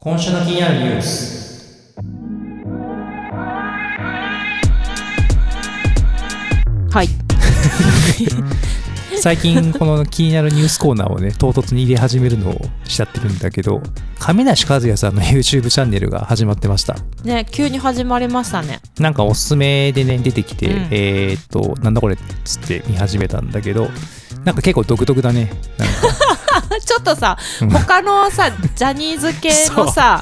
今週の気になるニュース。 はい。 最近この気になるニュースコーナーをね唐突に入れ始めるのをしちゃってるんだけど、亀梨和也さんの YouTube チャンネルが始まってましたね。急に始まりましたね。 なんかおすすめでね出てきて、なんだこれっつって見始めたんだけど、なんか結構独特だね。なんかちょっとさ他のさジャニーズ系のさ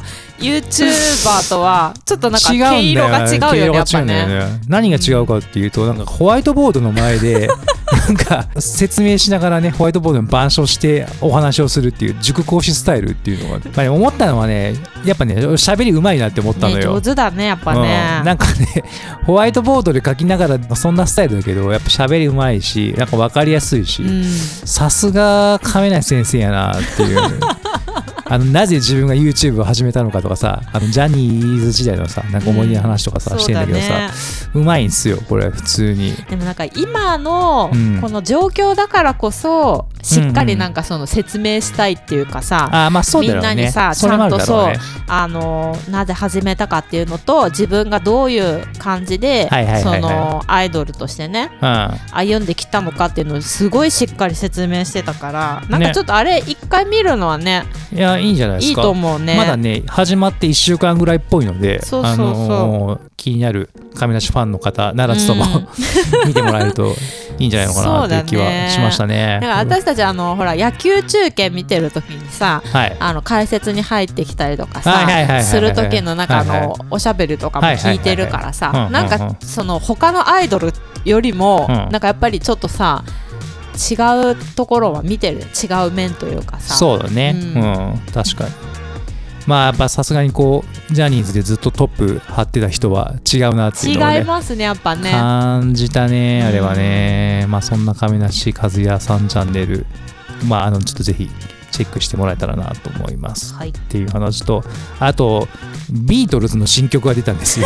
YouTuber とはちょっとなんか毛色が違うよね。やっぱね。 何が違うかっていうと、なんかホワイトボードの前でなんか説明しながらね、ホワイトボードに板書してお話をするっていう塾講師スタイルっていうのが、まあね、思ったのはね、やっぱね喋りうまいなって思ったのよ、 ね、上手だねやっぱね、 なんかねホワイトボードで書きながらそんなスタイルだけど、やっぱ喋りうまいし、なんか分かりやすいし、さすが亀梨先生やなっていうなぜ自分が YouTube を始めたのかとかさ、ジャニーズ時代のさ、なんか思い出の話とかさ、してんだけどさ、うまいんすよこれ普通に。 でもなんか今のこの状況だからこそしっかりなんかその説明したいっていうかさ、 まあそうだろうね、 みんなにさちゃんとそうなぜ始めたかっていうのと、自分がどういう感じでそのアイドルとしてね歩んできたのかっていうのをすごいしっかり説明してたから、なんかちょっとあれ一回見るのはね、 いやいいんじゃないですか。 いいと思うね。 まだね始まって1週間ぐらいっぽいので、気になる亀梨ファンの方ならちょっとも見てもらえるといいんじゃないのかなっていう気はしましたね。 だから私たちほら野球中継見てる時にさ、解説に入ってきたりとかさする時のなんかおしゃべりとかも聞いてるからさ、なんかその他のアイドルよりもなんかやっぱりちょっとさ違うところは見てる、違う面というかさ。 そうだね、確かに。まあやっぱさすがにこうジャニーズでずっとトップ張ってた人は違うなっていうのをね、 違いますねやっぱね、 感じたねあれはね。まあそんな亀梨和也さんチャンネル、まあちょっとぜひチェックしてもらえたらなと思います、っていう話と、あとビートルズの新曲が出たんですよ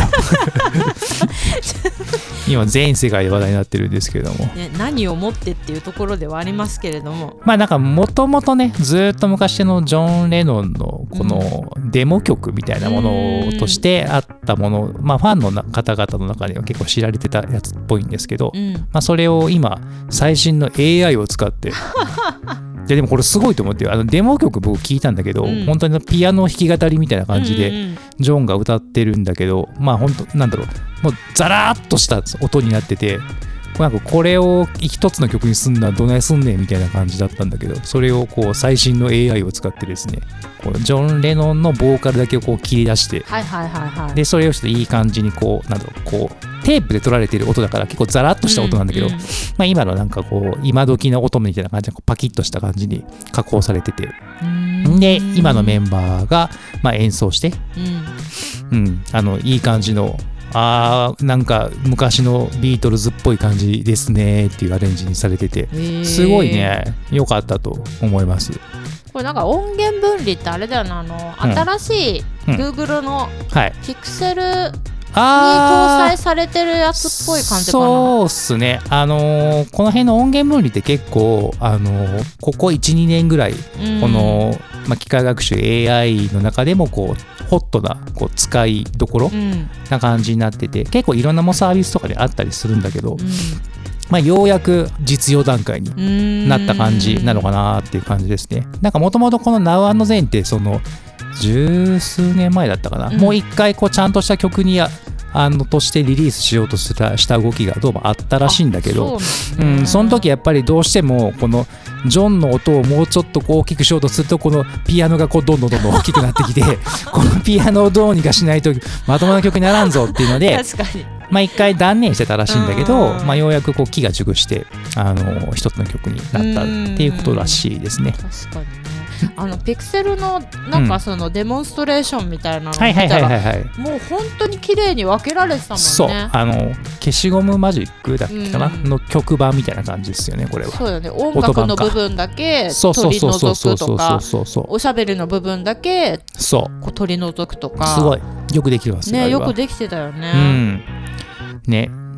今全世界で話題になってるんですけれども、 何をもってっていうところではありますけれども、 まあなんかもともとねずっと昔のジョン・レノンのこのデモ曲みたいなものとしてあったもの、まあファンの方々の中では結構知られてたやつっぽいんですけど、まあそれを今最新の AI を使ってでもこれすごいと思ってよ。デモ曲僕聞いたんだけど、本当にピアノ弾き語りみたいな感じでジョンが歌ってるんだけど、まあ本当なんだろう、もうザラーっとした音になってて、なんかこれを一つの曲にすんなどないすんねんみたいな感じだったんだけど、それをこう最新の AI を使ってですね、こうジョン・レノンのボーカルだけをこう切り出して、でそれをちょっといい感じにこうなんだろう、こうテープで取られている音だから結構ザラッとした音なんだけど、まあ、今のなんかこう今時の音みたいな感じでパキッとした感じに加工されてて、で今のメンバーがまあ演奏して、いい感じのなんか昔のビートルズっぽい感じですねっていうアレンジにされてて、すごいね良かったと思います。 これなんか音源分離ってあれだよな、新しい Google のピクセルに搭載されてるやつっぽい感じかな。 そうっすね。この辺の音源分離って結構ここ 1,2 年ぐらいこの、機械学習 AI の中でもこうホットなこう使いどころな感じになってて、結構いろんなサービスとかであったりするんだけど、ようやく実用段階になった感じなのかなっていう感じですね。なんかもともとこの Now and Then ってその十数年前だったかな、もう一回こうちゃんとした曲にとしてリリースしようとした動きがどうもあったらしいんだけど、その時やっぱりどうしてもこのジョンの音をもうちょっとこう大きくしようとすると、このピアノがこうどんどん大きくなってきてこのピアノをどうにかしないとまともな曲にならんぞっていうので一回断念してたらしいんだけど、ようやくこう機が熟して一つの曲になったっていうことらしいですね。 確かにね。ピクセルのなんかそのデモンストレーションみたいなのを見たらもう本当に綺麗に分けられてたもんね。 そう、消しゴムマジックだっけかな、の曲版みたいな感じですよねこれは。 そうよね。音楽の部分だけ取り除くとか、おしゃべりの部分だけこう取り除くとか、 すごいよくできてますね。よくできてたよね。 ね。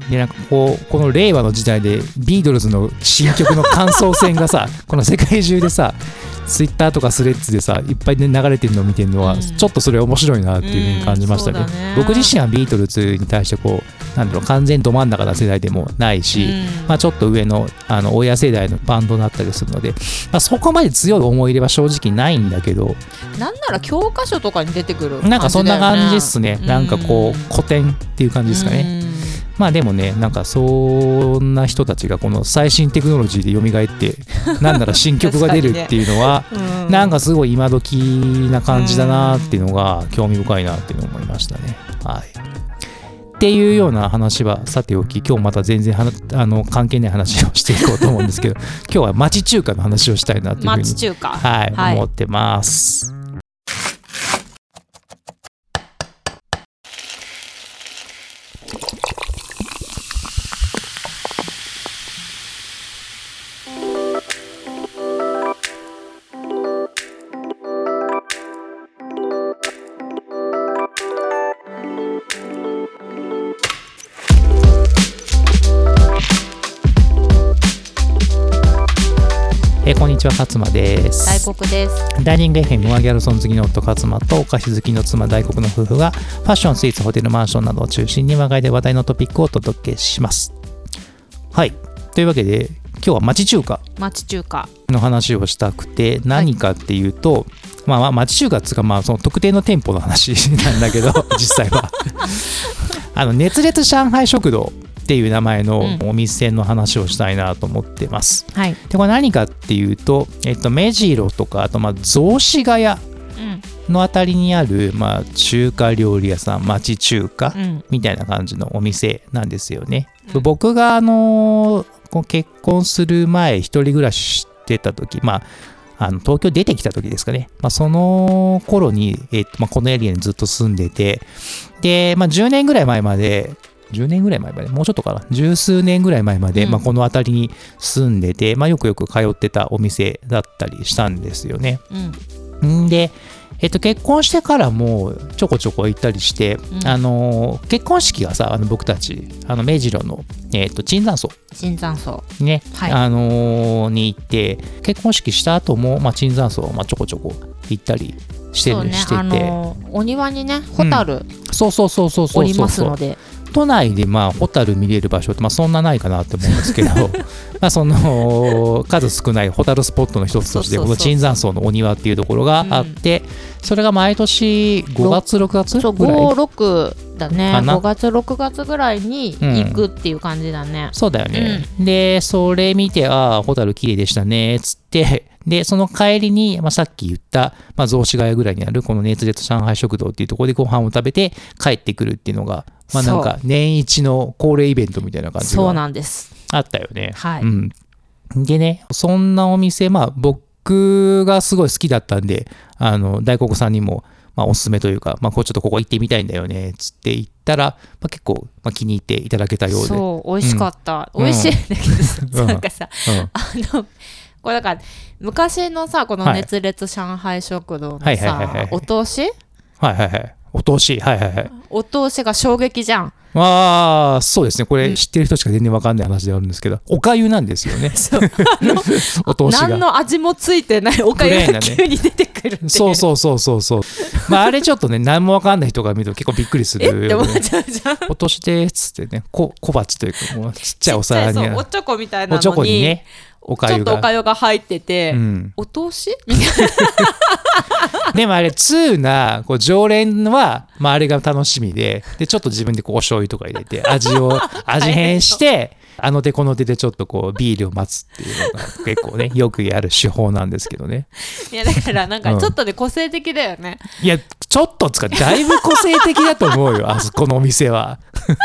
でなんかこの令和の時代でビートルズの新曲の感想戦がさこの世界中でさツイッターとかスレッズでさいっぱい、ね、流れてるのを見てるのは、ちょっとそれ面白いなっていう風に感じましたね。僕自身はビートルズに対してこうなんだろう完全ど真ん中な世代でもないし、まあ、ちょっと上の親世代のバンドだったりするので、まあ、そこまで強い思い入れは正直ないんだけど、 なんなら教科書とかに出てくる感じだよね。 なんかそんな感じですね。なんかこう古典っていう感じですかね。まあでもね、なんかそんな人たちがこの最新テクノロジーで蘇ってなんなら新曲が出るっていうのはなんかすごい今時な感じだなっていうのが興味深いなっていうのを思いましたね。はい。っていうような話はさておき、今日また全然関係ない話をしていこうと思うんですけど、今日は町中華の話をしたいなというふうに、 町中華、 はい、思ってます。こんにちは、勝間です。 大黒です。 ダイニング FM はギャルソン好きの夫勝間とお菓子好きの妻大黒の夫婦がファッション、スイーツ、ホテル、マンションなどを中心に我が家で話題のトピックをお届けします。はい、というわけで今日は町中華の話をしたくて、何かっていうと、まあ町中華っていうか、まあその特定の店舗の話なんだけど実際は熱烈上海食堂っていう名前のお店の話をしたいなと思ってます。 はい、 でこれ何かっていうと、目白とかあと雑司ヶ谷のあたりにある、まあ、中華料理屋さん、町中華みたいな感じのお店なんですよね。僕が結婚する前一人暮らししてた時、まあ東京出てきた時ですかね、まあ、その頃に、このエリアにずっと住んでて、で、まあ、10年ぐらい前までもうちょっとかな、十数年ぐらい前まで、まあ、この辺りに住んでて、まあ、よく通ってたお店だったりしたんですよね。で、結婚してからもちょこちょこ行ったりして、結婚式がさ、僕たち目白の、椿山荘ね、に行って、結婚式した後も、まあ、椿山荘、まあ、ちょこちょこ行ったりしてて、 お庭にねホタルおりますので、 都内でまあホタル見れる場所って、まあ、そんなないかなと思うんですけどまあその数少ないホタルスポットの一つとしてこの椿山荘のお庭っていうところがあって、それが毎年5月6月ぐらい、 5、6だね、5月6月ぐらいに行くっていう感じだね。 そうだよね。でそれ見て、ホタル綺麗でしたねっつって、でその帰りに、まあ、さっき言った、まあ、雑司ヶ谷ぐらいにあるこの熱烈上海食堂っていうところでご飯を食べて帰ってくるっていうのが、まあ、なんか年一の恒例イベントみたいな感じがあったよね。 はい、 でね、そんなお店、まあ、僕がすごい好きだったんで、大黒さんにも、まあ、おすすめというか、まあ、ちょっとここ行ってみたいんだよねつって言ったら、まあ、結構、まあ、気に入っていただけたようで、 そう美味しかった、美味しいんだけどさ、なんかさ、これだから昔のさ、この熱烈上海食堂のさ、お通し、お通しが衝撃じゃん。 そうですね。これ知ってる人しか全然分かんない話であるんですけど、おかゆなんですよね。お通しが何の味もついてないおかゆが急に出てくるっていう。 そう。まああれちょっとね、何も分かんない人が見ると結構びっくりするよね。 って思っちゃうじゃん。 お通しでっつってね、小鉢というか、もうちっちゃいお皿に、 おちょこみたいなのに、 おちょこにね、 ちょっとおかゆが入ってて、お通しみたいな。 でもあれ通な常連は、まあ、あれが楽しみで、ちょっと自分でお醤油とか入れて味変してあの手この手でちょっとビールを待つっていうのが結構ねよくやる手法なんですけどね。 いやだからなんかちょっとね、個性的だよね。 いやちょっとつかだいぶ個性的だと思うよあそこのお店は。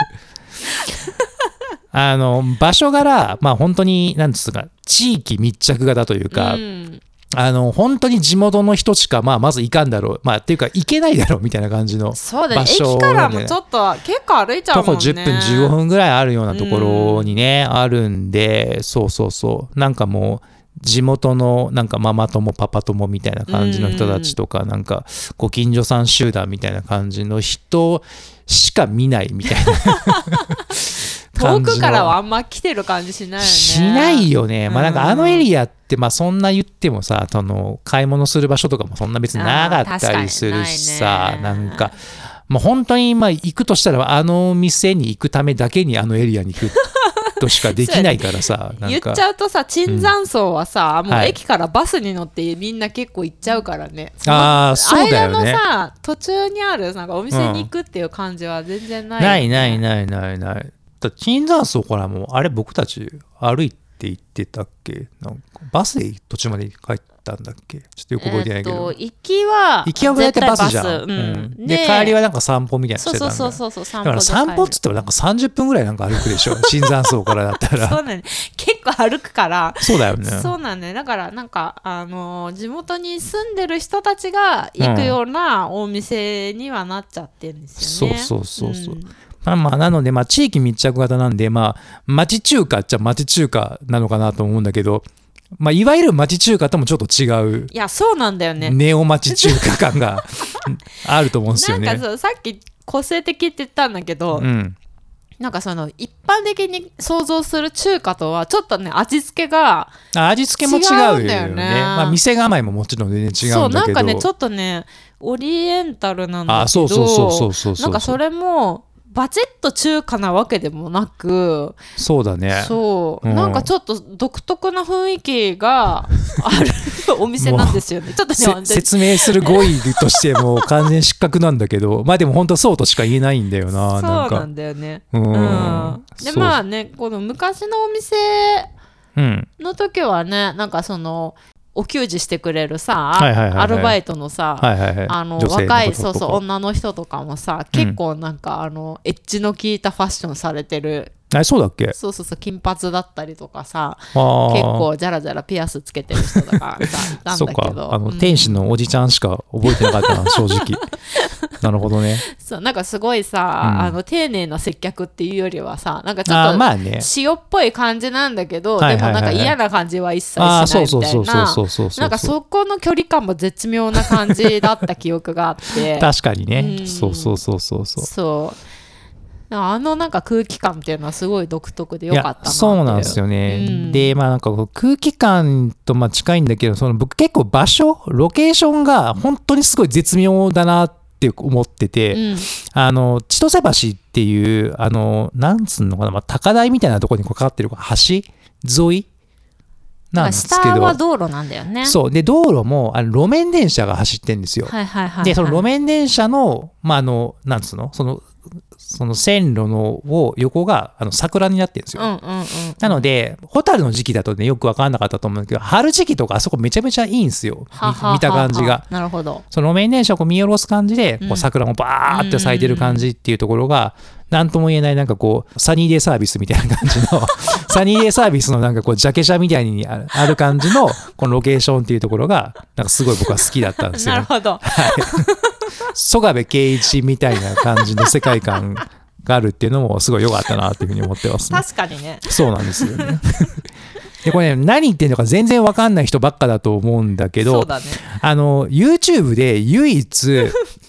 場所柄、まあ本当に何ですか、地域密着型というか、本当に地元の人しか、まあ、まず行かんだろう、まあ、っていうか行けないだろうみたいな感じの場所、ね、 そうだね。駅からもちょっと結構歩いちゃうもんね。 徒歩10分15分ぐらいあるようなところにね、あるんで、そうなんかもう地元のなんかママ友パパ友みたいな感じの人たちとか、なんかご近所さん集団みたいな感じの人しか見ないみたいな遠くからはあんま来てる感じしないよね。 しないよね。まあなんかあのエリアってまあそんな言ってもさ、買い物する場所とかもそんな別になかったりするしさ、なんかもう本当にまあ行くとしたらあの店に行くためだけにあのエリアに行くとしかできないからさ、なんか言っちゃうとさ、椿山荘はさ、もう駅からバスに乗ってみんな結構行っちゃうからね。 ああ、そうだよね。 間のさ、途中にあるなんかお店に行くっていう感じは全然ないよね。 ない。椿山荘からもあれ僕たち歩いて行ってたっけ？なんかバスで途中まで帰ったんだっけ？ちょっとよく覚えてないけど。 行きは大体バスじゃん。で帰りはなんか散歩みたいなのしてたんだ。 そう散歩。 だから散歩っつったらなんか30分ぐらいなんか歩くでしょ。椿山荘からだったら。 そうなんね。結構歩くから。 そうだよね。 そうなんね。だからなんか地元に住んでる人たちが行くようなお店にはなっちゃってるんですよね。 そう。なので、地域密着型なんで、町中華っちゃ町中華なのかなと思うんだけど、いわゆる町中華ともちょっと違う。 いや、そうなんだよね。 ネオ町中華感があると思うんですよね。 なんかさっき個性的って言ったんだけど、なんか一般的に想像する中華とはちょっとね、味付けも違うんだよね。店構えももちろん全然違うんだけど。そう、なんかね、ちょっとね、オリエンタルなんだけど、なんかそれも、バチッと中華なわけでもなく、 そうだね。 なんかちょっと独特な雰囲気があるお店なんですよね。ちょっとね、 説明する語彙としても完全失格なんだけど、でも本当そうとしか言えないんだよな。 そうなんだよね。でね、この昔のお店の時はね、なんかお給仕してくれるさ、アルバイトのさ、若い女の人とかもさ、結構なんかエッジの効いたファッションされてる。 そうだっけ？ そう金髪だったりとかさ、結構ジャラジャラピアスつけてる人とかさいたんだけど、 天使のおじちゃんしか覚えてなかったな正直。なるほどね。 そう、なんかすごいさ、丁寧な接客っていうよりはさ、なんかちょっと塩っぽい感じなんだけど、でもなんか嫌な感じは一切しないみたいな、なんかそこの距離感も絶妙な感じだった記憶があって確かにね、そうなんか空気感っていうのはすごい独特でよかったなっていう。 そうなんですよね。でなんか空気感と近いんだけど、僕結構ロケーションが本当にすごい絶妙だなって思ってて、千歳橋っていうなんつうのかな、高台みたいなところにかかってる橋沿いなんですけど、 下は道路なんだよね。 そうで道路も路面電車が走ってるんですよ。でその路面電車のなんつうの、その線路の横が桜になってるんですよ。なのでホタルの時期だとねよく分からなかったと思うんだけど、春時期とかあそこめちゃめちゃいいんですよ。見た感じが。 なるほど。 その路面電車を見下ろす感じで、桜もバーって咲いてる感じっていうところが、なんとも言えない、なんかサニーデイサービスみたいな感じのサニーデイサービスのなんかジャケ写みたいにある感じのこのロケーションっていうところがなんかすごい僕は好きだったんですよ。 なるほど。 曽我部圭一みたいな感じの世界観があるっていうのもすごい良かったなっていうふうに思ってますね。 確かにね。 そうなんですよね。でこれね、何言ってんのか全然分かんない人ばっかだと思うんだけど、 そうだね、 YouTube で唯一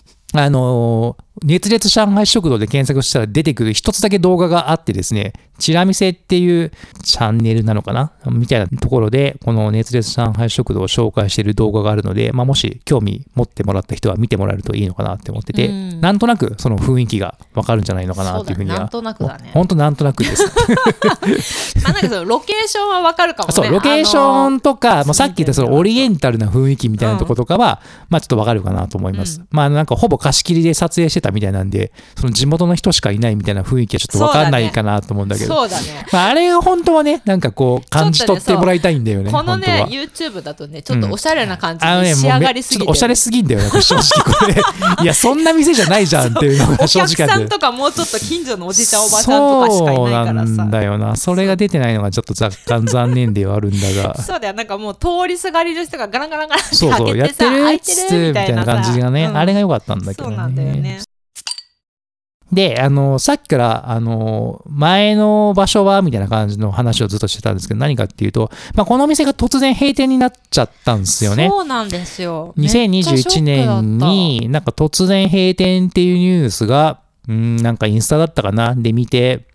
熱烈上海食堂で検索したら出てくる一つだけ動画があってですね、チラ見せっていうチャンネルなのかなみたいなところでこの熱烈上海食堂を紹介している動画があるので、もし興味持ってもらった人は見てもらえるといいのかなって思ってて、なんとなくその雰囲気が分かるんじゃないのかなっていうふうには。 なんとなくだね。 本当なんとなくです。 なんかそのロケーションは分かるかもね。 そうロケーションとか、さっき言ったそのオリエンタルな雰囲気みたいなところとかは、ちょっと分かるかなと思います。なんかほぼ貸し切りで撮影してたみたいなんで、その地元の人しかいないみたいな雰囲気はちょっと分かんないかなと思うんだけど、 そうだね。 あれが本当はね、なんか感じ取ってもらいたいんだよね。 このね YouTube だとね、ちょっとおしゃれな感じに仕上がりすぎて、 ちょっとおしゃれすぎんだよね、正直これ。いやそんな店じゃないじゃんっていうのが正直あって、 お客さんとかもうちょっと近所のおじちゃんおばちゃんとかしかいないからさ。そうなんだよな。それが出てないのがちょっと若干残念ではあるんだが。 そうだよ、なんかもう通りすがりの人がガランガランガランって開けてさ、 開いてるみたいな感じがね、あれが良かったんだけどね。 そうなんだよね。 でさっきから前の場所はみたいな感じの話をずっとしてたんですけど、何かっていうと、このお店が突然閉店になっちゃったんですよね。 そうなんですよ。 2021年になんか突然閉店っていうニュースがなんかインスタだったかなで見て、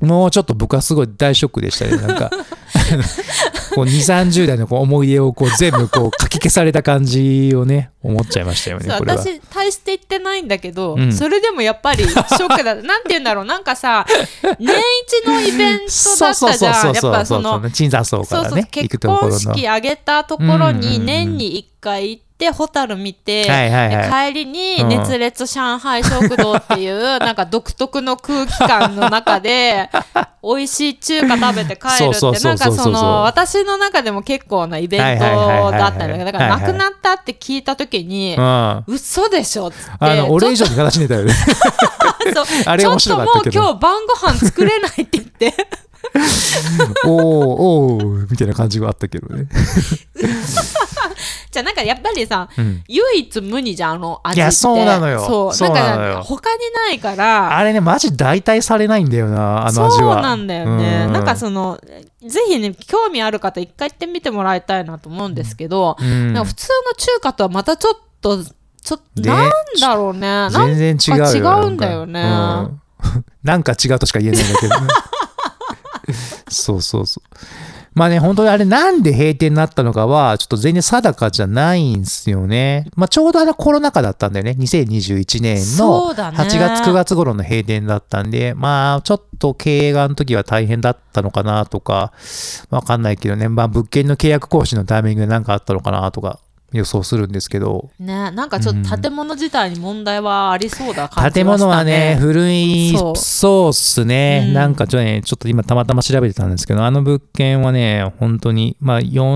もうちょっと僕はすごい大ショックでしたね。なんかこう2、30代のこう思い出をこう全部こうかき消された感じをね思っちゃいましたよね。これは私大して言ってないんだけど、それでもやっぱりショックだなんて言うんだろう、なんかさ年一のイベントだったじゃん。やっぱその椿山荘からね結婚式挙げたところに年に1回行ってホタル見て、帰りに熱烈上海食堂っていうなんか独特の空気感の中で美味しい中華食べて帰るってなんかその私の中でも結構なイベントだったんだけど、だから亡くなったって聞いた時に嘘でしょっつって俺以上に形に出たよねあれ面白かったけど、 ちょっともう今日晩ご飯作れないって言っておーみたいな感じがあったけどねじゃあなんかやっぱりさ、唯一無二じゃん、あの味って。 いやそうなのよ。 そうなんか他にないからあれねマジ代替されないんだよな、あの味は。 そうなんだよね。なんかそのぜひね興味ある方一回行ってみてもらいたいなと思うんですけど、なんか普通の中華とはまたちょっとなんだろうね、 全然違うよ。 違うんだよね。 なんか違うとしか言えないんだけどねそうまあね、本当にあれなんで閉店になったのかはちょっと全然定かじゃないんですよね。まあちょうどコロナ禍だったんだよね。2021年の8月9月頃の閉店だったんで、まあちょっと経営がの時は大変だったのかなとかわかんないけどね、まあ物件の契約更新のタイミングで何かあったのかなとか予想するんですけどね、なんかちょっと建物自体に問題はありそうだ感じがしたね。 建物はね古いそうっすね、なんかちょっと今たまたま調べてたんですけど、あの物件はね本当にまあ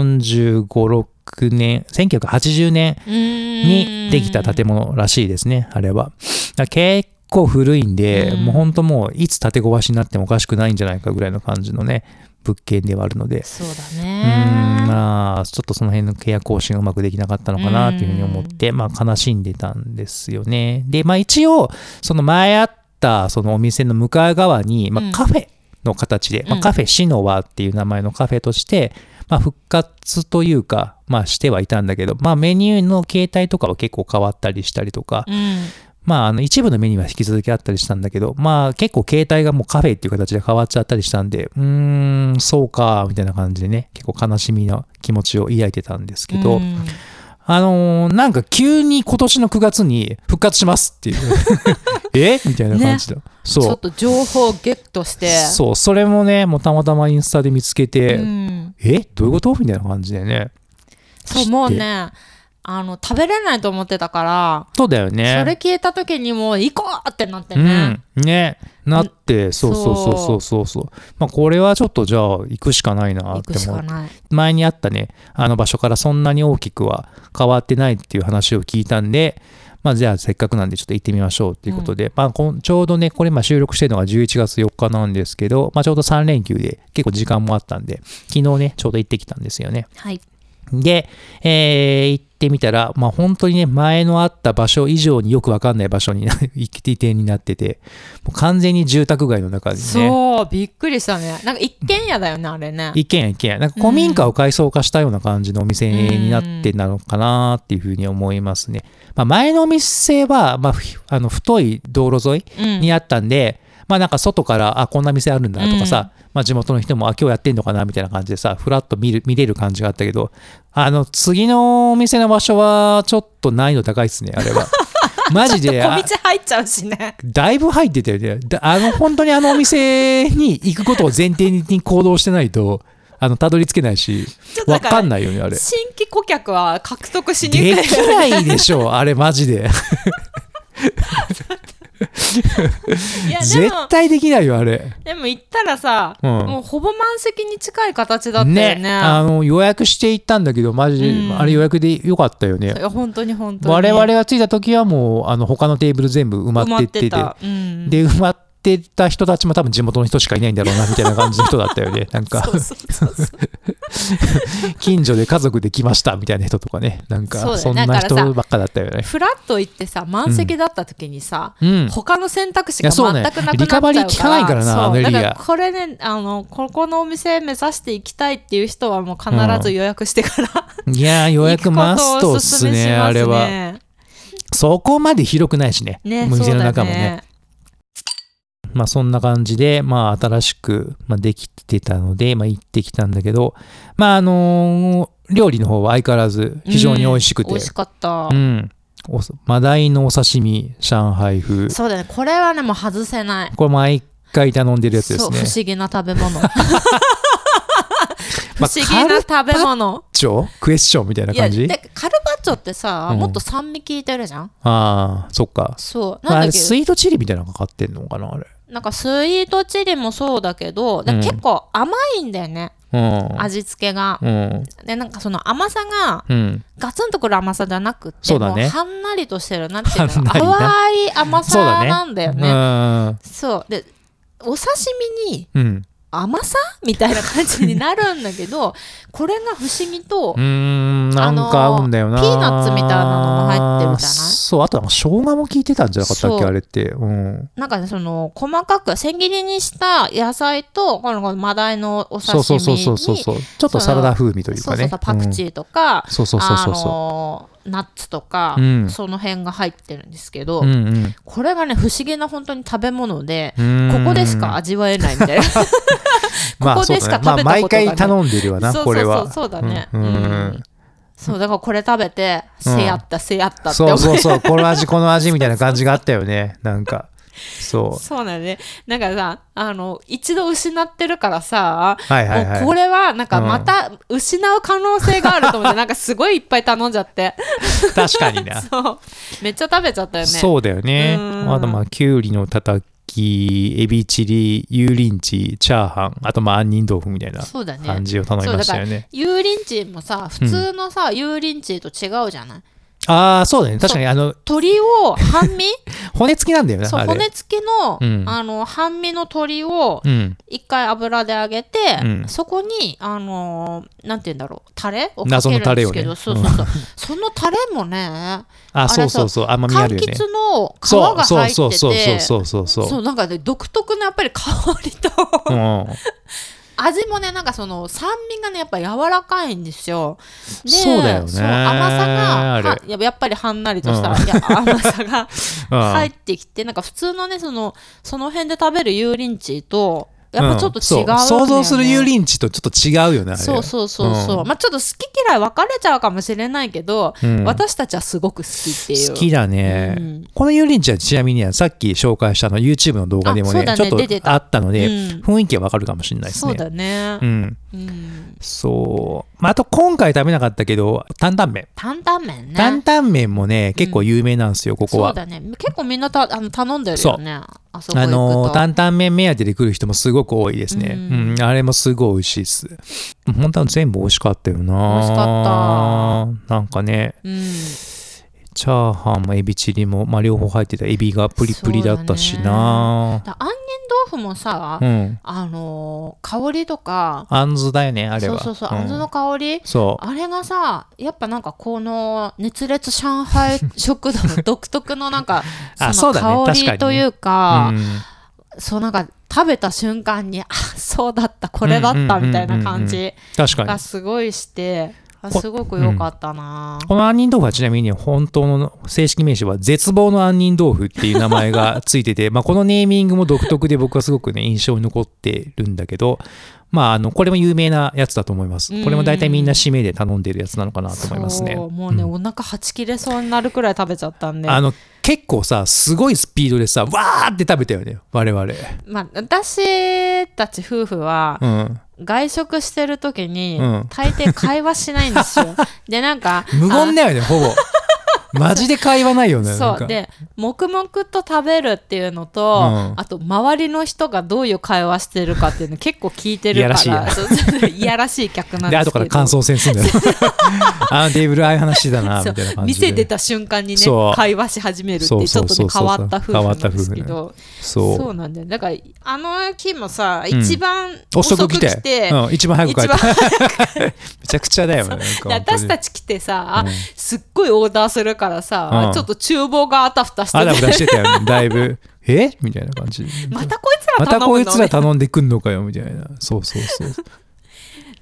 45、6年1980年にできた建物らしいですね、あれは。結構古いんで、もう本当もういつ建て壊しになってもおかしくないんじゃないかぐらいの感じのね物件ではあるので、 そうだね。 まあちょっとその辺の契約更新がうまくできなかったのかなというふうに思って、まあ悲しんでたんですよね。でまあ一応その前あったそのお店の向かい側に、まあ、カフェの形で、カフェシノワっていう名前のカフェとして、まあ、復活というか、まあ、してはいたんだけど、まあ、メニューの形態とかは結構変わったりしたりとか、まあ、一部のメニューは引き続きあったりしたんだけど、まあ結構形態がもうカフェっていう形で変わっちゃったりしたんで、そうかみたいな感じでね、結構悲しみな気持ちを抱いてたんですけど、なんか急に今年の9月に復活しますっていうみたいな感じだ、ね、そうちょっと情報ゲットして、 そうそれもねもうたまたまインスタで見つけて、どういうことみたいな感じでね、 そうもうね食べれないと思ってたから、 そうだよね。 それ消えた時にもう行こうってなってね、 ねなって、そう、まあこれはちょっとじゃあ行くしかないなって思う。前にあったね場所からそんなに大きくは変わってないっていう話を聞いたんで、まあじゃあせっかくなんでちょっと行ってみましょうっていうことで、まあちょうどねこれ収録してるのが11月4日なんですけど、まあちょうど3連休で結構時間もあったんで、昨日ねちょうど行ってきたんですよね。 はい。 で、行ってみたら、まあ本当にね、前のあった場所以上によくわかんない場所に移転になってて、もう完全に住宅街の中にね。 そう、びっくりしたね。なんか一軒家だよね、あれね。 一軒家。なんか古民家を改装化したような感じのお店になってなのかなっていうふうに思いますね。まあ前のお店は、まあ、太い道路沿いにあったんで、まあなんか外からこんな店あるんだとかさ、まあ地元の人も今日やってんのかなみたいな感じでさ、フラッと見れる感じがあったけど、次のお店の場所はちょっと難易度高いっすね、あれは。マジで。 小道入っちゃうしね。 だいぶ入ってたよね。本当にお店に行くことを前提に行動してないと、たどり着けないし、わかんないよね、あれ。 新規顧客は獲得しにくい。 できないでしょ、あれマジで。いや絶対できないよあれ。 でも行ったらさ、もうほぼ満席に近い形だったよね。 予約して行ったんだけどマジで、あれ予約でよかったよね。 本当に我 々が着いた時はもう他のテーブル全部埋まってってて、で埋まってた人たちも多分地元の人しかいないんだろうなみたいな感じの人だったよね。なんか近所で家族で来ましたみたいな人とかね、なんかそんな人ばっかだったよね。 フラッと行ってさ満席だった時にさ、他の選択肢が全くなくなっちゃうから、 リカバリー効かないからな、あのエリア。 だからこれねここのお店目指していきたいっていう人はもう必ず予約してから、 いや予約マストっすね、あれは。そこまで広くないしね、お店の中もね。 そんな感じで、新しく、できてたので、行ってきたんだけど、料理の方は相変わらず非常に美味しくて。 美味しかった。 マダイのお刺身、上海風。 そうだね。これはね、もう外せない。 これ毎回頼んでるやつですね。 そう、不思議な食べ物。不思議な食べ物。 クエスチョンみたいな感じ。 でカルパッチョってさ、もっと酸味効いてるじゃん。 ああ、そっか。 そう。 なんだっけ、スイートチリみたいなのがかかってんのかな、あれ。 なんかスイートチリもそうだけど、結構甘いんだよね。味付けが。で、なんかその甘さが、ガツンとくる甘さじゃなくて、もうはんなりとしてる、なんていうの、淡い甘さなんだよね。そう。で、お刺身に、甘さみたいな感じになるんだけど、これが不思議となんか合うんだよな。 ピーナッツみたいなのも入ってるじゃない。 そう、あと生姜も効いてたんじゃなかったっけ、あれって。 なんかね、その細かく千切りにした野菜とこのマダイのお刺身に、 そうちょっとサラダ風味というかね、 パクチーとか、ナッツとか、その辺が入ってるんですけど、これがね、不思議な本当に食べ物で、ここでしか味わえないみたいな。ここでしか食べたことがない。 毎回頼んでるわな、これは。 そうだね。そう、だからこれ食べて、せやったって思う。 そう、この味みたいな感じがあったよね、なんか。 そうだね。なんかさ、一度失ってるからさ、もうこれはなんかまた失う可能性があると思って、なんかすごいいっぱい頼んじゃって。 確かにね。 そう。めっちゃ食べちゃったよね。 そうだよね。あときゅうりのたたき、エビチリ、油淋鶏、チャーハン、あと杏仁豆腐みたいな感じを頼みましたよね。 油淋鶏もさ、普通のさ、油淋鶏と違うじゃない。 ああ、そうだね。確かに鶏を半身骨付きなんだよね。 そう、骨付きの、半身の鶏を一回油で揚げて、そこになんて言うんだろう、タレをかけるんですけど、そのタレもね、 そう甘みあるよね。 柑橘の皮が入ってて、 そうなんかね、独特のやっぱり香りと味もね、なんかその酸味がね、やっぱ柔らかいんですよ。で、 そうだよね。 甘さがやっぱりはんなりとした甘さが入ってきて、なんか普通のね、その辺で食べる油淋鶏とやっぱちょっと違う、ね、 想像する油淋鶏とちょっと違うよね、あれ。 そう、ちょっと好き嫌い分かれちゃうかもしれないけど、私たちはすごく好きっていう。 好きだね、この油淋鶏はちなみにさっき紹介したYouTube の動画でも ねちょっとあったので、雰囲気は分かるかもしれないですね。 そうだね。 そう。あと今回食べなかったけど、担々麺。 担々麺ね。 担々麺もね、結構有名なんですよ、ここは。 そうだね。結構みんな頼んでるよね。あそこ行くと。 担々麺目当てで来る人もすごく多いですね。あれもすごい美味しいです。本当は全部美味しかったよな。 美味しかった。 なんかね。チャーハンもエビチリも、両方入ってた。エビがプリプリだったしな。 杏仁豆腐もさ、香りとか。 あんずだよね、あれは。 そう、あんずの香り。あれがさ、やっぱなんかこの熱烈上海食堂の独特のなんか、その香りというか、そうなんか食べた瞬間に、そうだった、これだったみたいな感じがすごいして、すごく良かったな。 この杏仁豆腐はちなみに本当の正式名称は絶望の杏仁豆腐っていう名前がついててこのネーミングも独特で僕はすごくね印象に残ってるんだけど、これも有名なやつだと思います。これも大体みんな締めで頼んでるやつなのかなと思いますね。 もうね、お腹はち切れそうになるくらい食べちゃったんで、 結構さすごいスピードでさわーって食べたよね、我々。 私たち夫婦は、外食してる時に、大抵会話しないんですよ。でなんか無言だよね、ほぼ。マジで会話ないよね。 そうで黙々と食べるっていうのと、あと周りの人がどういう会話してるかっていうの結構聞いてるからいやらしい客なんですけど、 後から感想戦するんだよ。テーブルああいう話だなみたいな感じで、 店出た瞬間にね会話しし始めるっていうちょっとね変わった夫婦なんですけど、そうなんだよ。だから日もさ一番遅く来て、 一番早く帰ってめちゃくちゃだよね。 私たち来てさ、すっごいオーダーするからさ、ちょっと厨房があたふたしてて、 あたふたしてたよね、だいぶ。みたいな感じ。 またこいつら頼むの、 またこいつら頼んでくんのかよみたいな。そう。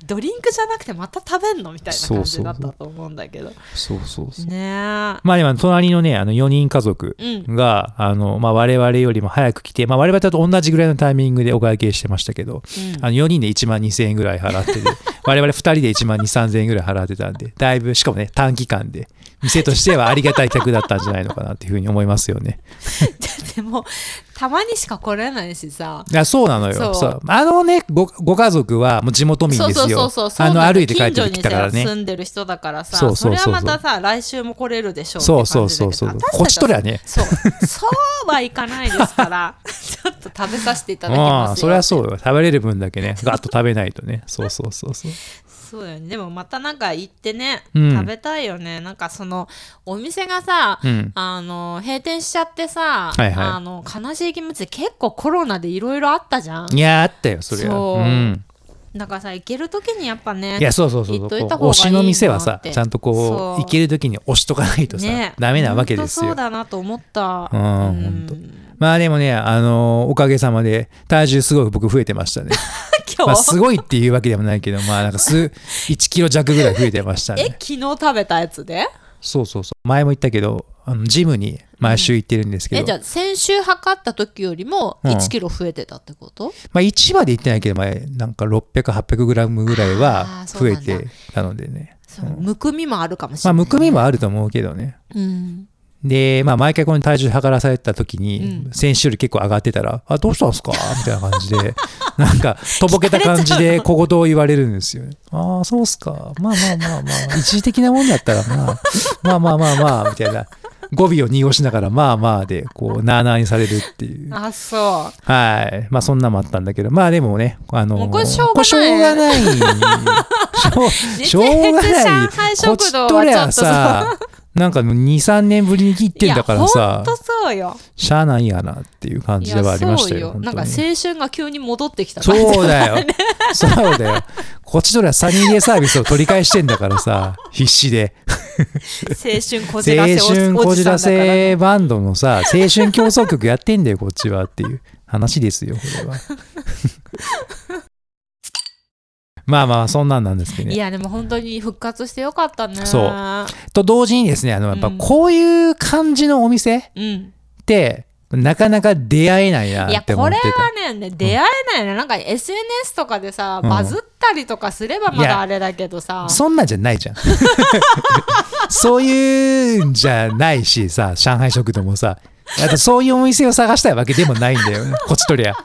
ドリンクじゃなくてまた食べんのみたいな感じだったと思うんだけど。 そうね。 まあでも隣のね4人家族が、まあ、我々よりも早く来て、まあ、我々と同じぐらいのタイミングでお会計してましたけど、4人で1万2000円ぐらい払ってて我々2人で1万2、3000円ぐらい払ってたんで、だいぶしかもね短期間で店としてはありがたい客だったんじゃないのかなっていうふうに思いますよね。 でもたまにしか来れないしさ。 いやそうなのよ。そうご家族はもう地元民ですよ。歩いて帰ってきたからね。 住んでる人だからさ、それはまたさ来週も来れるでしょうって感じだけど、 こっちとりゃね、 そうはいかないですからちょっと食べさせていただきますよ。 それはそうよ。食べれる分だけねガッと食べないとね。 そうだよね。でもまたなんか行ってね、食べたいよね。なんかそのお店がさ、閉店しちゃってさ、悲しい気持ちで結構コロナでいろいろあったじゃん。 いやあったよそれは。 だからさ行ける時にやっぱね、 いやそう推しの店はさちゃんとこう行ける時に推しとかないとさ、ダメなわけですよ。 そうだなと思った。 本当。まあでもねおかげさまで体重すごく僕増えてましたね。まあすごいっていうわけでもないけど、まあなんか1キロ弱ぐらい増えてましたね。 昨日食べたやつで？ そう前も言ったけどジムに毎週行ってるんですけど、 じゃあ先週測った時よりも1キロ増えてたってこと？ まあ1まで行ってないけど、なんか600、800グラムぐらいは増えてたのでね。 むくみもあるかもしれない。 まあむくみもあると思うけどね。で、まあ毎回この体重測らされた時に、先週より結構上がってたら、どうしたんですかみたいな感じで、なんかとぼけた感じで小言を言われるんですよ。そうっすか。まあ、一時的なもんだったらまあ、みたいな。語尾を濁しながらまあでこうなあなあにされるっていう。 そう。 はい。まあそんなもあったんだけど、まあでもね、 これしょうがない。 しょうがない。こっちとりゃさ、なんか2、3年ぶりに切ってんだからさ、 ほんとそうよ。 しゃあないやなっていう感じではありましたよ。 なんか青春が急に戻ってきた感じ。そうだよ。こっちとらサニーデーサービスを取り返してんだからさ、必死で。 青春こじらせ青春バンドのさ、青春競争曲やってんだよこっちはっていう話ですよこれは。まあそんなんですけどね。 いやでも本当に復活してよかったね。 そうと同時にですね、やっぱこういう感じのお店ってなかなか出会えないなって思ってた。 いやこれはね出会えないね。なんか SNS とかでさバズったりとかすればまだあれだけどさ、 そんなんじゃないじゃん。そういうんじゃないしさ、上海食堂もさ、あとそういうお店を探したいわけでもないんだよね。こっちとりゃ。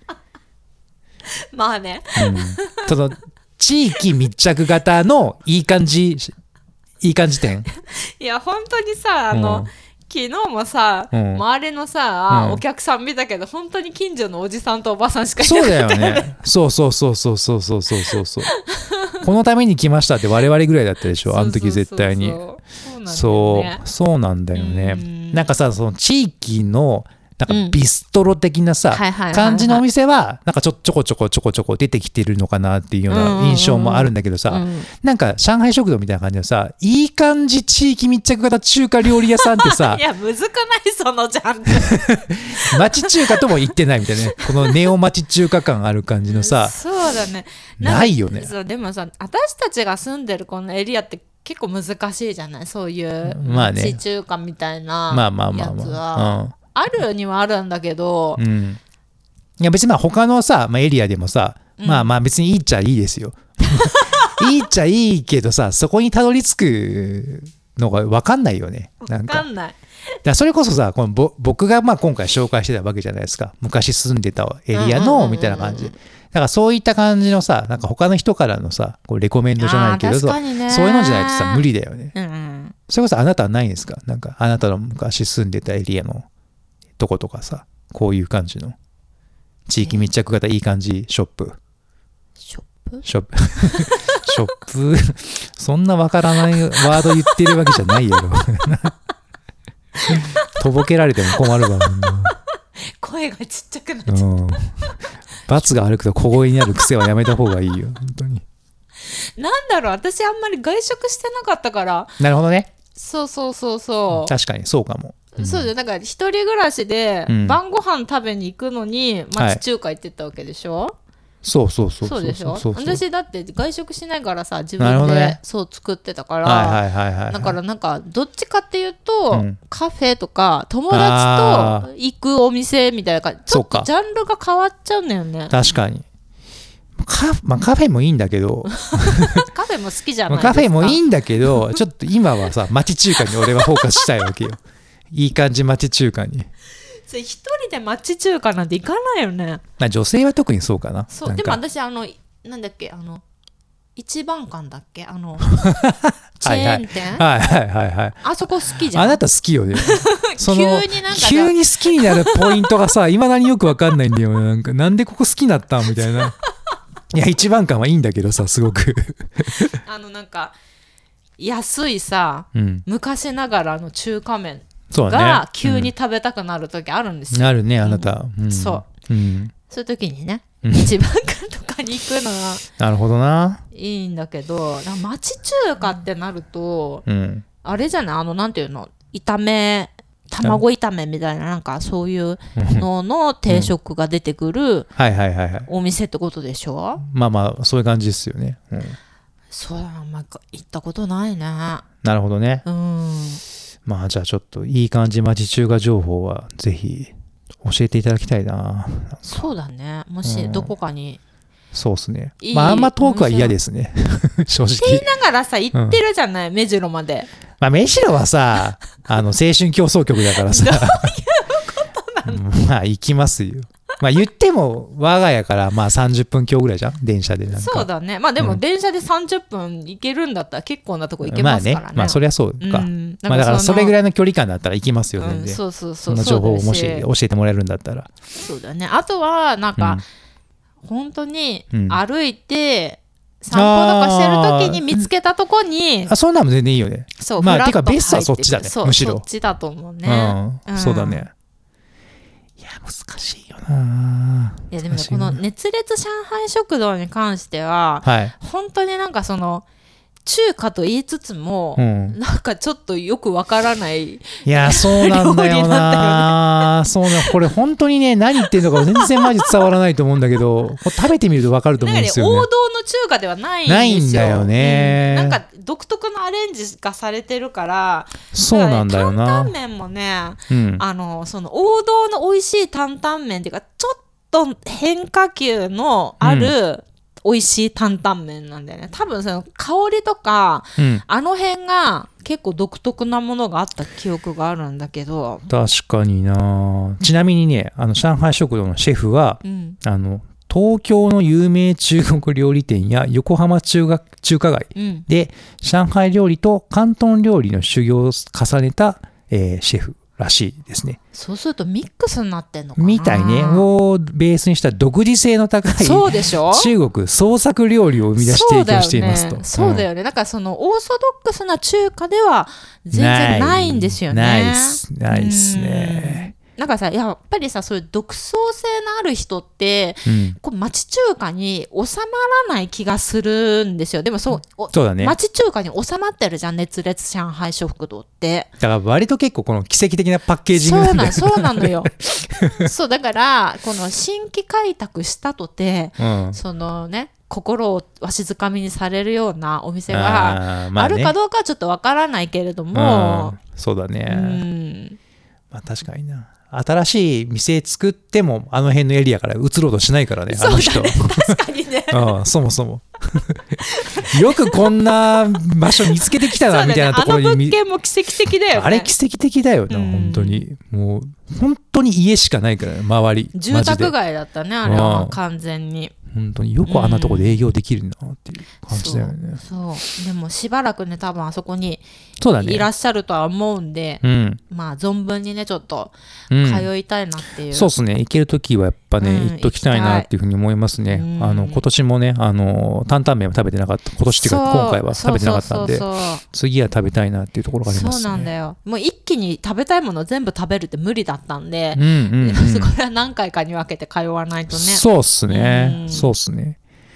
まあね。 その地域密着型のいい感じ店。 いや本当にさ昨日もさ、周りのさ、お客さん見たけど本当に近所のおじさんとおばさんしかいなかったよね。そうだよね。そう。このために来ましたって我々ぐらいだったでしょ、あの時絶対に。そうなんだよね。なんかさ、その地域のなんかビストロ的なさ感じのお店はなんかちょこちょこ出てきてるのかなっていうような印象もあるんだけどさ、なんか上海食堂みたいな感じのさ、いい感じ地域密着型中華料理屋さんってさいやむずくないそのジャンル。 町中華とも言ってないみたいなね、このネオ町中華感ある感じのさ。 そうだね。 ないよね。 そうでもさ、私たちが住んでるこのエリアって結構難しいじゃない、そういう町中華みたいなやつは。あるにはあるんだけど、 いや別に他のさ、エリアでもさ、まあ別にいいっちゃいいですよ。いいっちゃいいけどさ、そこにたどり着くのが分かんないよね。 分かんない。 だそれこそさ、この僕が今回紹介してたわけじゃないですか。昔住んでたエリアのみたいな感じで。だからそういった感じのさ、なんか他の人からのさ、こうレコメンドじゃないけどさ、そういうのじゃないとさ無理だよね。それこそあなたはないんですか？なんかあなたの昔住んでたエリアのとことかさ、こういう感じの地域密着型いい感じショップそんなわからないワード言ってるわけじゃないやろ。とぼけられても困るわ。 声がちっちゃくなっちゃった。 罰が歩くと小声になる癖はやめた方がいいよ本当に。 なんだろう、私あんまり外食してなかったから。 なるほどね。 そう確かにそうかも。 そうだよ。だから一人暮らしで晩ご飯食べに行くのに町中華行ってたわけでしょ。 そうそうそうそうでしょ。私だって外食しないからさ、自なるほどね分でそう作ってたから、 はいはいはいはい、 だからなんかどっちかっていうと、カフェとか友達と行くお店みたいな感じ、ちょっとジャンルが変わっちゃうんだよね。 確かに。まあ、カフェもいいんだけどカフェも好きじゃないですか。 カフェもいいんだけど、ちょっと今はさ、町中華に俺はフォーカスしたいわけよ。いい感じ町中華に。 一人で町中華なんて行かないよね。 まあ女性は特にそうかな。 そうでも私なんだっけ一番館だっけチェーン店、 はいはいはいはい、 あそこ好きじゃん。 あなた好きよね。急に好きになるポイントがさ、いまだによく分かんないんだよ。なんでここ好きになったんみたいな。いや一番館はいいんだけどさ、すごくなんか安いさ、昔ながらの中華麺が急に食べたくなる時あるんですよ。 なるね、あなた、 そう、そういう時にね、一番館とかに行くのはなるほどないいんだけど、町中華ってなると、あれじゃないなんていうの、卵炒めみたいな、なんかそういうのの定食が出てくるお店ってことでしょ。 まあまあそういう感じですよね。 そうだな、行ったことないね。なるほどね。まあじゃあちょっといい感じ町中華情報はぜひ教えていただきたいな。 そうだね、もしどこかに、 そうですね。まああんま遠くは嫌ですね。正直。って言いながらさ、行ってるじゃない、目白まで。 まあ目白はさ、青春競争局だからさ。 どういうことなの？ まあ行きますよ。まあ言っても我が家からまあ30分強ぐらいじゃん、電車で。なんかそうだね。まあでも電車で30分行けるんだったら結構なとこ行けますからね。 まあそりゃそうか。まあだからそれぐらいの距離感だったら行きますよ、全然。 そうそうそんな情報をもし教えてもらえるんだったら。 そうだね。あとはなんか本当に歩いて散歩とかしてる時に見つけたとこに、 そんなの全然いいよね。 そう、 まあてかベストはそっちだね、むしろ。 そっちだと思うね。 そうだね。いや難しいよな。 いやでもこの熱烈上海食堂に関しては、本当になんかその中華と言いつつも、なんかちょっとよくわからない。 いやそうなんだよな。そうな、これ本当にね、何言ってるのか全然マジ伝わらないと思うんだけど、食べてみるとわかると思うんですよね。 王道の中華ではないんですよ。 ないんだよね。 なんか独特のアレンジがされてるから。 そうなんだよな。 担々麺もね、その王道の美味しい担々麺っていうか、ちょっと変化球のある、美味しい担々麺なんだよね。多分その香りとか、あの辺が結構独特なものがあった記憶があるんだけど。 確かにな。ちなみにね、上海食堂のシェフは、東京の有名中国料理店や横浜中華街で、上海料理と広東料理の修行を重ねた、シェフらしいですね。 そうするとミックスになってんのかなみたいね。をベースにした独自性の高いそうでしょ、 中国創作料理を生み出し提供していますと。 そうだよね。だからそのオーソドックスな中華では全然ないんですよね。 ないっすね。 なんかさ、やっぱりさ、そういう独創性のある人って、こう町中華に収まらない気がするんですよ。でもそうだね。町中華に収まってるじゃん、熱烈上海食堂って。 だから割と結構この奇跡的なパッケージングなんだよね。 そうなのよ。そうだからこの新規開拓したとて、そのね、心をわしづかみにされるようなお店があるかどうかはちょっとわからないけれども、 そうだね。まあ確かにな。新しい店作ってもあの辺のエリアから移ろうとしないからね、あの人。 そうだね、確かにね。 そもそもよくこんな場所見つけてきたなみたいなところに。 あの物件も奇跡的だよね。 あれ奇跡的だよな、本当に。もう本当に家しかないからね、周り。 住宅街だったね、あれは完全に。 本当によくあんなとこで営業できるなっていう感じだよね。 そうでもしばらくね、多分あそこにいらっしゃるとは思うんで、まあ存分にねちょっと通いたいなっていう。 そうですね。行けるときはやっぱね、行っときたいなっていうふうに思いますね。今年もね、担々麺は食べてなかった。今年っていうか今回は食べてなかったんで、次は食べたいなっていうところがありますね。 そうなんだよ。もう一気に食べたいもの全部食べるって無理だったんで、これは何回かに分けて通わないとね。 そうっすね。そうっすね。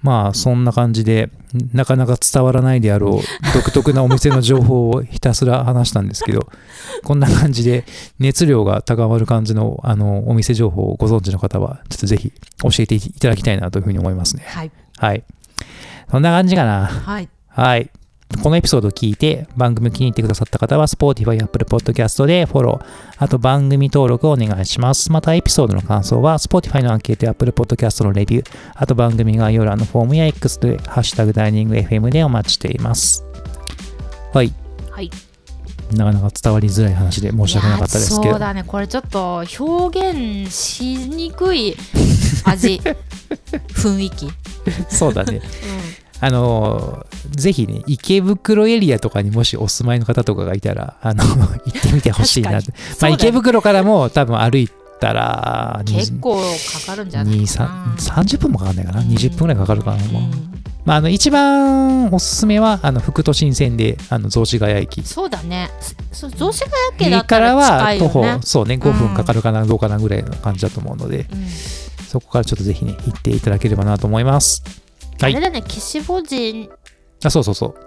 まあそんな感じでなかなか伝わらないであろう独特なお店の情報をひたすら話したんですけどこんな感じで熱量が高まる感じのお店情報をご存知の方はちょっとぜひ教えていただきたいなというふうに思いますね。 はい、 はい、そんな感じかな。 はい、 はい。このエピソードを聞いて番組を気に入ってくださった方は Spotify、Apple Podcast でフォロー、あと番組登録をお願いします。またエピソードの感想は Spotify のアンケートや Apple Podcast のレビュー、あと番組概要欄のフォームや X でハッシュタグダイニング FM でお待ちしています。はい。 はい。 なかなか伝わりづらい話で申し訳なかったですけど。 そうだね、これちょっと表現しにくい味雰囲気そうだね、ぜひね池袋エリアとかにもしお住まいの方とかがいたら行ってみてほしいなまあ、池袋からも多分歩いたら結構かかるんじゃないかな。 30分もかかんないかな、20分ぐらいかかるかな、まあ、一番おすすめは副都心線で雑司ヶ谷駅。 そうだね、雑司ヶ谷駅だったら近いよね。 からは徒歩そうね5分かかるかな、どうかなぐらいの感じだと思うので、そこからちょっとぜひね行っていただければなと思います。 はい、あれだね、岸母神。 そう岸母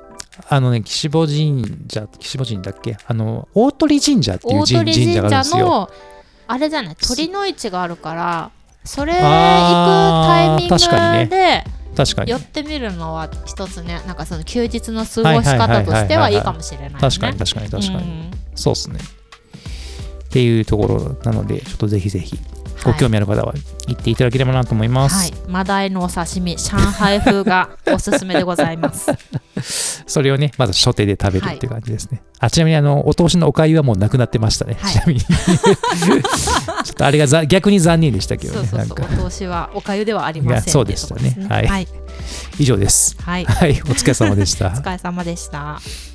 神だっけ、大鳥神社っていう神社があるんですよ。 あれじゃない、鳥の市があるからそれ行くタイミングで寄ってみるのは一つね、なんかその休日の過ごし方としてはいいかもしれないね。 確かに、そうですねっていうところなので、ちょっとぜひぜひご興味ある方は行っていただければなと思います。 はい、マダイのお刺身上海風がおすすめでございますそれをねまず初手で食べるっていう感じですね。ちなみにお通しのお粥はもうなくなってましたね、ちなみにちょっとあれが逆に残念でしたけどね。 お通しはお粥ではありません。 そうでしたね。はい、以上です。 はい、 お疲れ様でした。 お疲れ様でした。